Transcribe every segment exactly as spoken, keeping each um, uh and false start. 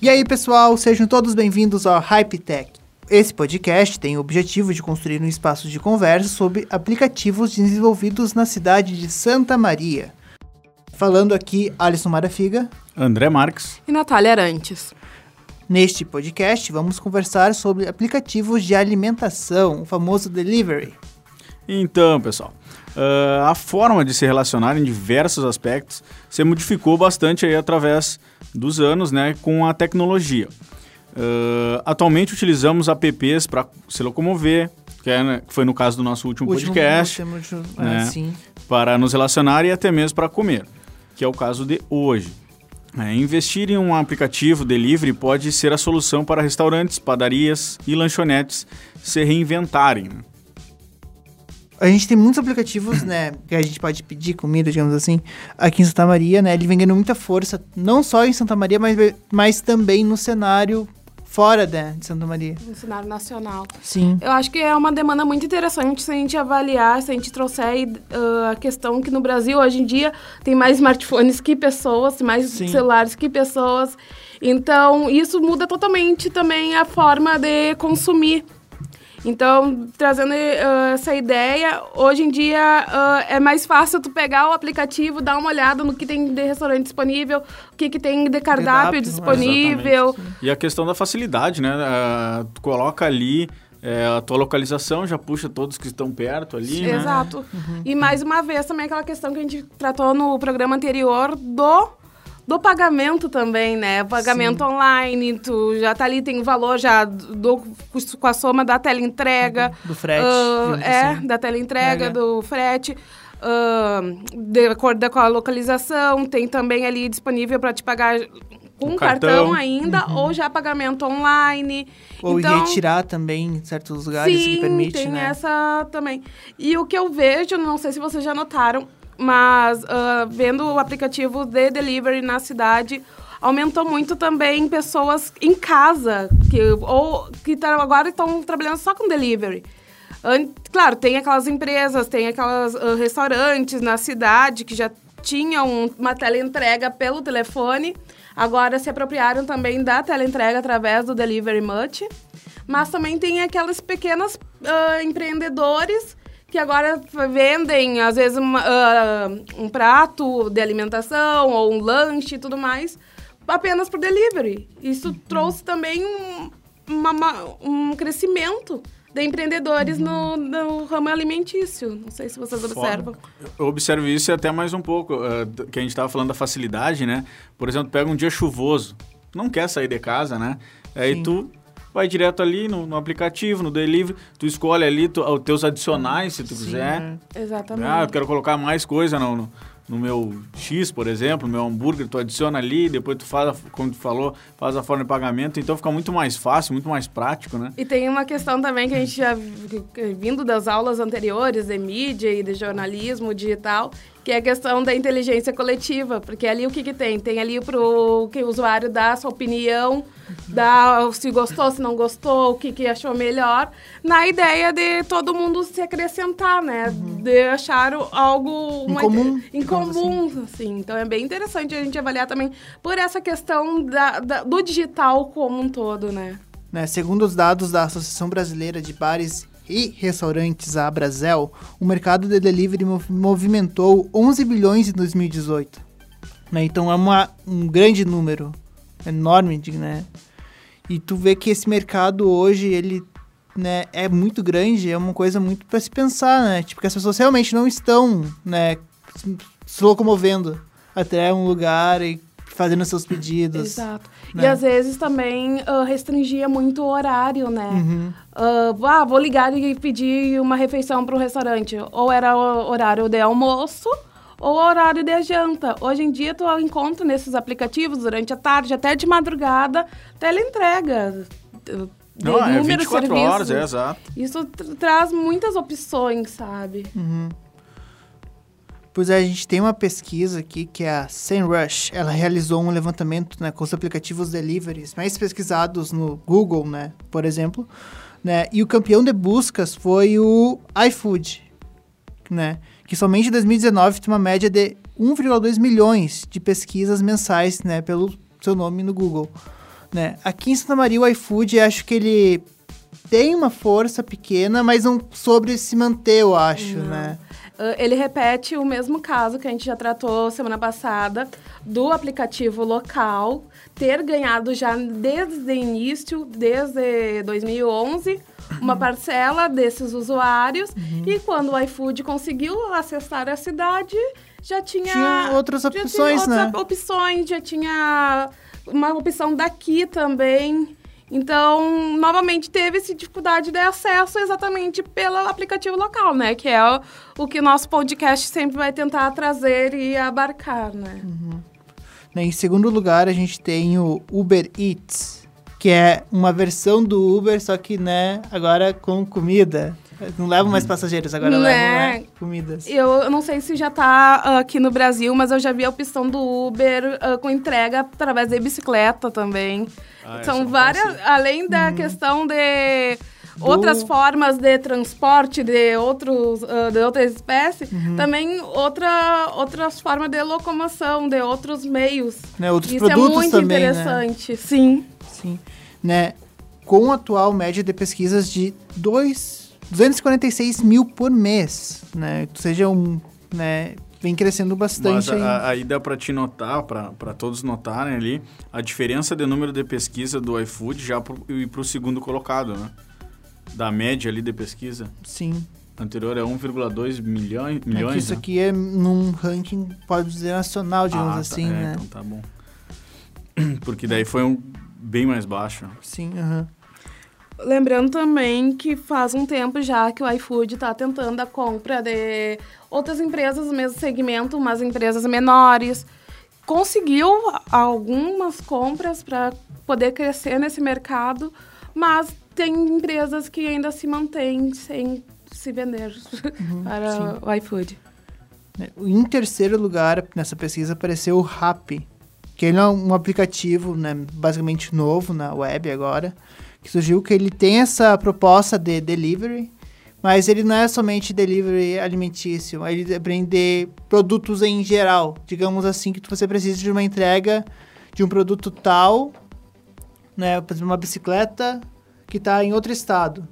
E aí, pessoal, sejam todos bem-vindos ao HypeTech. Esse podcast tem o objetivo de construir um espaço de conversa sobre aplicativos desenvolvidos na cidade de Santa Maria. Falando aqui, Alisson Marafiga, André Marques e Natália Arantes. Neste podcast, vamos conversar sobre aplicativos de alimentação, o famoso delivery. Então, pessoal, uh, a forma de se relacionar em diversos aspectos se modificou bastante aí através dos anos, né, com a tecnologia. Uh, atualmente utilizamos apps para se locomover, que, é, né, que foi no caso do nosso último, último podcast, último, né, ah, sim. para nos relacionar e até mesmo para comer, que é o caso de hoje. É, investir em um aplicativo delivery pode ser a solução para restaurantes, padarias e lanchonetes se reinventarem. Né? A gente tem muitos aplicativos, né, que a gente pode pedir comida, digamos assim, aqui em Santa Maria, né, ele vem ganhando muita força, não só em Santa Maria, mas, mas também no cenário fora, né, de Santa Maria. No cenário nacional. Sim. Eu acho que é uma demanda muito interessante se a gente avaliar, se a gente trouxer uh, a questão que no Brasil, hoje em dia, tem mais smartphones que pessoas, mais Sim. celulares que pessoas. Então, isso muda totalmente também a forma de consumir. Então, trazendo uh, essa ideia, hoje em dia uh, é mais fácil tu pegar o aplicativo, dar uma olhada no que tem de restaurante disponível, o que, que tem de cardápio disponível. E a questão da facilidade, né? Uh, tu coloca ali é, a tua localização, já puxa todos que estão perto ali, Sim, né? Exato. Uhum. E mais uma vez também aquela questão que a gente tratou no programa anterior do... Do pagamento também, né? O pagamento Sim. online, tu já tá ali, tem o valor já do, com a soma da teleentrega. Do frete. Uh, é, assim. da teleentrega, é. do frete. Uh, de acordo com a localização, tem também ali disponível para te pagar com um cartão, cartão ainda, uhum. ou já pagamento online. Ou então, retirar também em certos lugares sim, que permite, tem né? essa também. E o que eu vejo, não sei se vocês já notaram, mas uh, vendo o aplicativo de delivery na cidade, aumentou muito também pessoas em casa, que, ou que tá, agora estão trabalhando só com delivery. Ant, claro, tem aquelas empresas, tem aquelas uh, restaurantes na cidade que já tinham uma teleentrega pelo telefone, agora se apropriaram também da teleentrega através do Delivery Much. Mas também tem aquelas pequenas uh, empreendedores que agora vendem, às vezes, uma, uh, um prato de alimentação ou um lanche e tudo mais, apenas por delivery. Isso uhum. trouxe também um, uma, um crescimento de empreendedores uhum. no, no ramo alimentício. Não sei se vocês observam. Eu observo isso e até mais um pouco, uh, que a gente estava falando da facilidade, né? Por exemplo, pega um dia chuvoso, não quer sair de casa, né? Aí Sim. tu... vai direto ali no, no aplicativo, no delivery, tu escolhe ali tu, os teus adicionais, se tu Sim, quiser. É. Exatamente. Ah, eu quero colocar mais coisa no, no, no meu X, por exemplo, no meu hambúrguer, tu adiciona ali, depois tu faz, como tu falou, faz a forma de pagamento, então fica muito mais fácil, muito mais prático, né? E tem uma questão também que a gente já, vindo das aulas anteriores de mídia e de jornalismo digital, que é a questão da inteligência coletiva, porque ali o que que tem? Tem ali pro que o usuário dá a sua opinião, dá se gostou, se não gostou, o que que achou melhor, na ideia de todo mundo se acrescentar, né? Uhum. De achar algo... Em uma, comum. Em comum, assim. assim. Então, é bem interessante a gente avaliar também por essa questão da, da, do digital como um todo, né? né? Segundo os dados da Associação Brasileira de Bares e Restaurantes, a Abrazel, o mercado de delivery movimentou onze bilhões em dois mil e dezoito. Né? Então é uma, um grande número, enorme, né? E tu vê que esse mercado hoje, ele né, é muito grande, é uma coisa muito para se pensar, né? Tipo, que as pessoas realmente não estão né, se locomovendo até um lugar e fazendo seus pedidos. Exato. Né? E às vezes também uh, restringia muito o horário, né? Uhum. Uh, ah, vou ligar e pedir uma refeição para o restaurante. Ou era o horário de almoço ou horário de janta. Hoje em dia, tu encontra nesses aplicativos, durante a tarde, até de madrugada, teleentrega. De Não, é vinte e quatro horas, é exato. Isso tra- traz muitas opções, sabe? Uhum. Pois é, a gente tem uma pesquisa aqui que é a SEMrush. Ela realizou um levantamento né, com os aplicativos deliveries mais pesquisados no Google, né, por exemplo. Né, e o campeão de buscas foi o iFood, né, que somente em dois mil e dezenove tem uma média de um vírgula dois milhões de pesquisas mensais né, pelo seu nome no Google. né? Aqui em Santa Maria, o iFood, acho que ele tem uma força pequena, mas não sobre se manter, eu acho, Não. né? Uh, ele repete o mesmo caso que a gente já tratou semana passada, do aplicativo local ter ganhado já desde o início, desde dois mil e onze, uma parcela desses usuários. Uhum. E quando o iFood conseguiu acessar a cidade, já tinha... Tinha outras já opções, tinha outras né? opções, já tinha uma opção daqui também. Então, novamente, teve essa dificuldade de acesso exatamente pelo aplicativo local, né? Que é o, o que o nosso podcast sempre vai tentar trazer e abarcar, né? Uhum. Em segundo lugar, a gente tem o Uber Eats, que é uma versão do Uber, só que, né, agora com comida. Não levam mais passageiros, agora né? levam, né, comidas. Eu não sei se já tá uh, aqui no Brasil, mas eu já vi a opção do Uber uh, com entrega através de bicicleta também. Ah, São várias, além da hum. questão de do... outras formas de transporte de, outros, uh, de outras espécies, uhum. também outra, outras formas de locomoção, de outros meios. Né, outros Isso produtos é muito também, interessante, né? sim. Sim. Né, com a atual média de pesquisas de duzentos e quarenta e seis mil por mês, né? Ou seja, um, né, vem crescendo bastante. Mas a, aí dá para te notar, para todos notarem ali, a diferença de número de pesquisa do iFood já pro, e para o segundo colocado, né? Da média ali de pesquisa. Sim. Anterior é um vírgula dois milhões, milhões. É que isso né? aqui é num ranking, pode dizer, nacional, digamos ah, assim, tá, é, né? Então tá bom. Porque daí foi um bem mais baixo. Sim, aham. Uhum. Lembrando também que faz um tempo já que o iFood está tentando a compra de outras empresas do mesmo segmento, umas empresas menores. Conseguiu algumas compras para poder crescer nesse mercado, mas tem empresas que ainda se mantêm sem se vender uhum, para sim. o iFood. Em terceiro lugar, nessa pesquisa, apareceu o Rappi, que ele é um aplicativo, né, basicamente novo na web agora, que surgiu que ele tem essa proposta de delivery, mas ele não é somente delivery alimentício, ele vende produtos em geral, digamos assim, que você precisa de uma entrega de um produto tal, né, por exemplo, uma bicicleta que está em outro estado.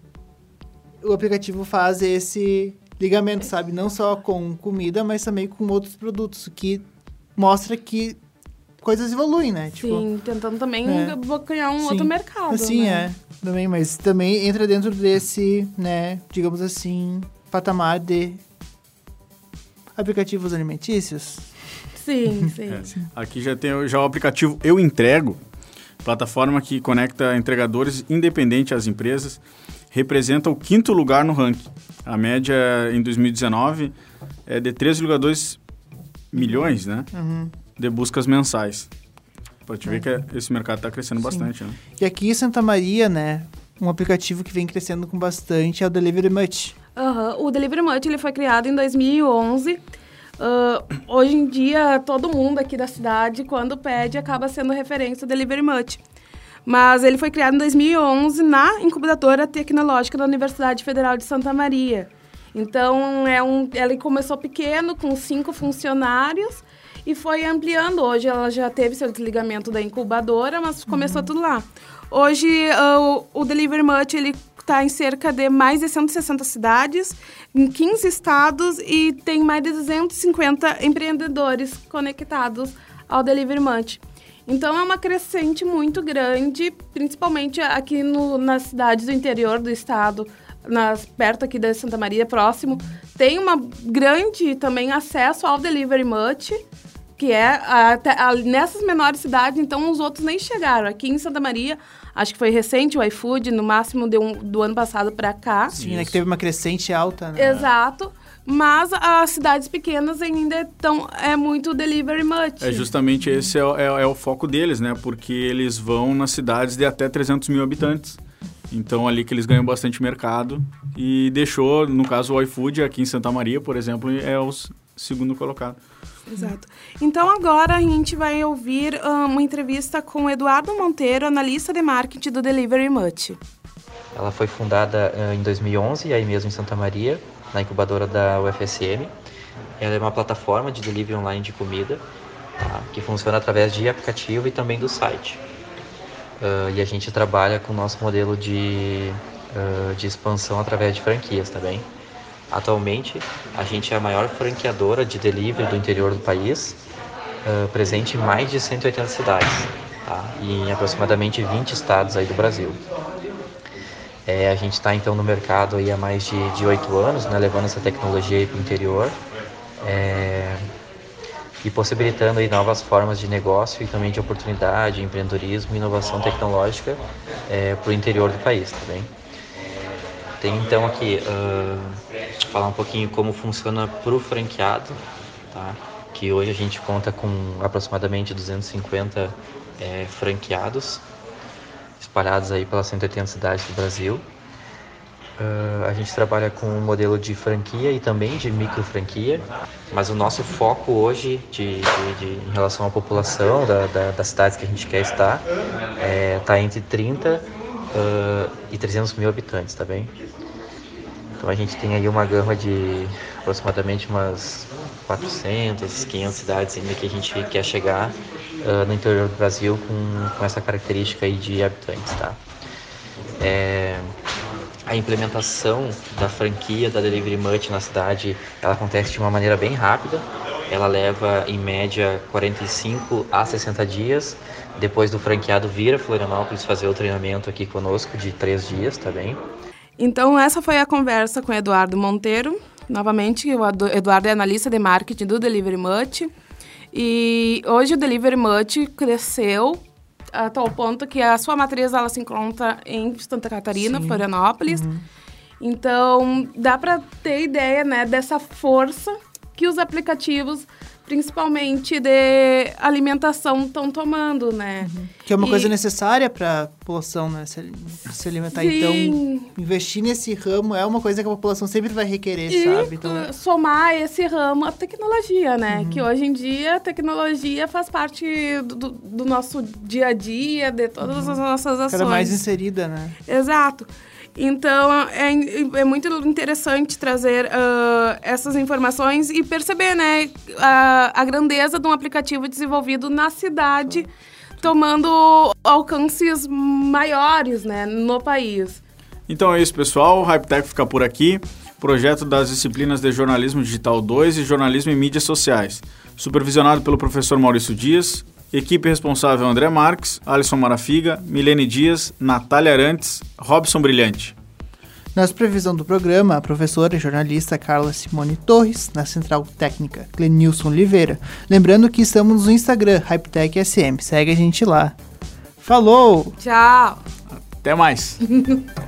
O aplicativo faz esse ligamento, sabe, não só com comida, mas também com outros produtos, que mostra que coisas evoluem, né? Sim, tipo, tentando também é, ganhar um sim, outro mercado, Sim, né? é. Também, mas também entra dentro desse, né, digamos assim, patamar de aplicativos alimentícios. Sim, sim. É. Aqui já tem já o aplicativo Eu Entrego, plataforma que conecta entregadores independentes às empresas, representa o quinto lugar no ranking. A média em dois mil e dezenove é de três vírgula dois milhões, né? Uhum. De buscas mensais. Pode ver que esse mercado está crescendo Sim. bastante, né? E aqui em Santa Maria, né, um aplicativo que vem crescendo com bastante é o Delivery Much. Uhum. O Delivery Much ele foi criado em dois mil e onze. Uh, hoje em dia, todo mundo aqui da cidade, quando pede, acaba sendo referência ao Delivery Much. Mas ele foi criado em dois mil e onze na incubadora tecnológica da Universidade Federal de Santa Maria. Então, é um, ele começou pequeno, com cinco funcionários, e foi ampliando. Hoje ela já teve seu desligamento da incubadora, mas começou uhum. tudo lá. Hoje uh, o, o Delivery Much ele está em cerca de mais de cento e sessenta cidades, em quinze estados, e tem mais de duzentos e cinquenta empreendedores conectados ao Delivery Much. Então é uma crescente muito grande, principalmente aqui no, nas cidades do interior do estado, nas, perto aqui da Santa Maria, próximo. Tem uma grande também acesso ao Delivery Much, que é até, a, nessas menores cidades, então os outros nem chegaram. Aqui em Santa Maria, acho que foi recente o iFood, no máximo de um, do ano passado para cá. Sim, né, que teve uma crescente alta, né? Exato. Mas as cidades pequenas ainda estão... É muito Delivery Much. É justamente uhum. esse é, é, é o foco deles, né? Porque eles vão nas cidades de até trezentos mil habitantes. Então, ali que eles ganham bastante mercado. E deixou, no caso, o iFood aqui em Santa Maria, por exemplo, é o segundo colocado. Exato. Então, agora a gente vai ouvir uh, uma entrevista com o Eduardo Monteiro, analista de marketing do Delivery Much. Ela foi fundada uh, em dois mil e onze, aí mesmo em Santa Maria, na incubadora da U F S M. Ela é uma plataforma de delivery online de comida, tá? Que funciona através de aplicativo e também do site. uh, e a gente trabalha com o nosso modelo de, uh, de expansão através de franquias, tá bem? Atualmente, a gente é a maior franqueadora de delivery do interior do país, uh, presente em mais de cento e oitenta cidades, tá? E em aproximadamente vinte estados aí do Brasil. É, a gente está então no mercado aí há mais de oito anos, né, levando essa tecnologia para o interior é, e possibilitando aí novas formas de negócio e também de oportunidade, empreendedorismo e inovação tecnológica é, para o interior do país também. Tem então aqui, uh, falar um pouquinho como funciona para o franqueado, tá? Que hoje a gente conta com aproximadamente duzentos e cinquenta é, franqueados, espalhados aí pelas cento e oitenta cidades do Brasil. Uh, a gente trabalha com um modelo de franquia e também de micro franquia, mas o nosso foco hoje de, de, de, em relação à população da, da, das cidades que a gente quer estar está é, entre trinta uh, e trezentos mil habitantes, tá bem? Então a gente tem aí uma gama de aproximadamente umas quatrocentas, quinhentas cidades ainda que a gente quer chegar uh, no interior do Brasil com, com essa característica aí de habitantes, tá? É, a implementação da franquia da Delivery Much na cidade, ela acontece de uma maneira bem rápida. Ela leva em média quarenta e cinco a sessenta dias. Depois do franqueado vir a Florianópolis fazer o treinamento aqui conosco de três dias, tá bem? Então essa foi a conversa com o Eduardo Monteiro. Novamente, o Eduardo é analista de marketing do Delivery Much. E hoje o Delivery Much cresceu a tal ponto que a sua matriz ela se encontra em Santa Catarina, Sim. Florianópolis. Uhum. Então, dá para ter ideia, né, dessa força que os aplicativos, principalmente de alimentação, estão tomando, né? Uhum. Que é uma e... coisa necessária para a população, né, se, se alimentar. Sim. Então, investir nesse ramo é uma coisa que a população sempre vai requerer, e sabe? Então... somar esse ramo à tecnologia, né? Uhum. Que hoje em dia a tecnologia faz parte do, do nosso dia a dia, de todas uhum. as nossas ações. Cada mais inserida, né? Exato. Então, é, é muito interessante trazer uh, essas informações e perceber, né, a, a grandeza de um aplicativo desenvolvido na cidade, tomando alcances maiores, né, no país. Então é isso, pessoal. O HypeTech fica por aqui. Projeto das disciplinas de Jornalismo Digital dois e Jornalismo em Mídias Sociais. Supervisionado pelo professor Maurício Dias. Equipe responsável André Marques, Alisson Marafiga, Milene Dias, Natália Arantes, Robson Brilhante. Na supervisão do programa, a professora e jornalista Carla Simone Torres, na Central Técnica, Clenilson Oliveira. Lembrando que estamos no Instagram, HypeTech S M. Segue a gente lá. Falou! Tchau! Até mais!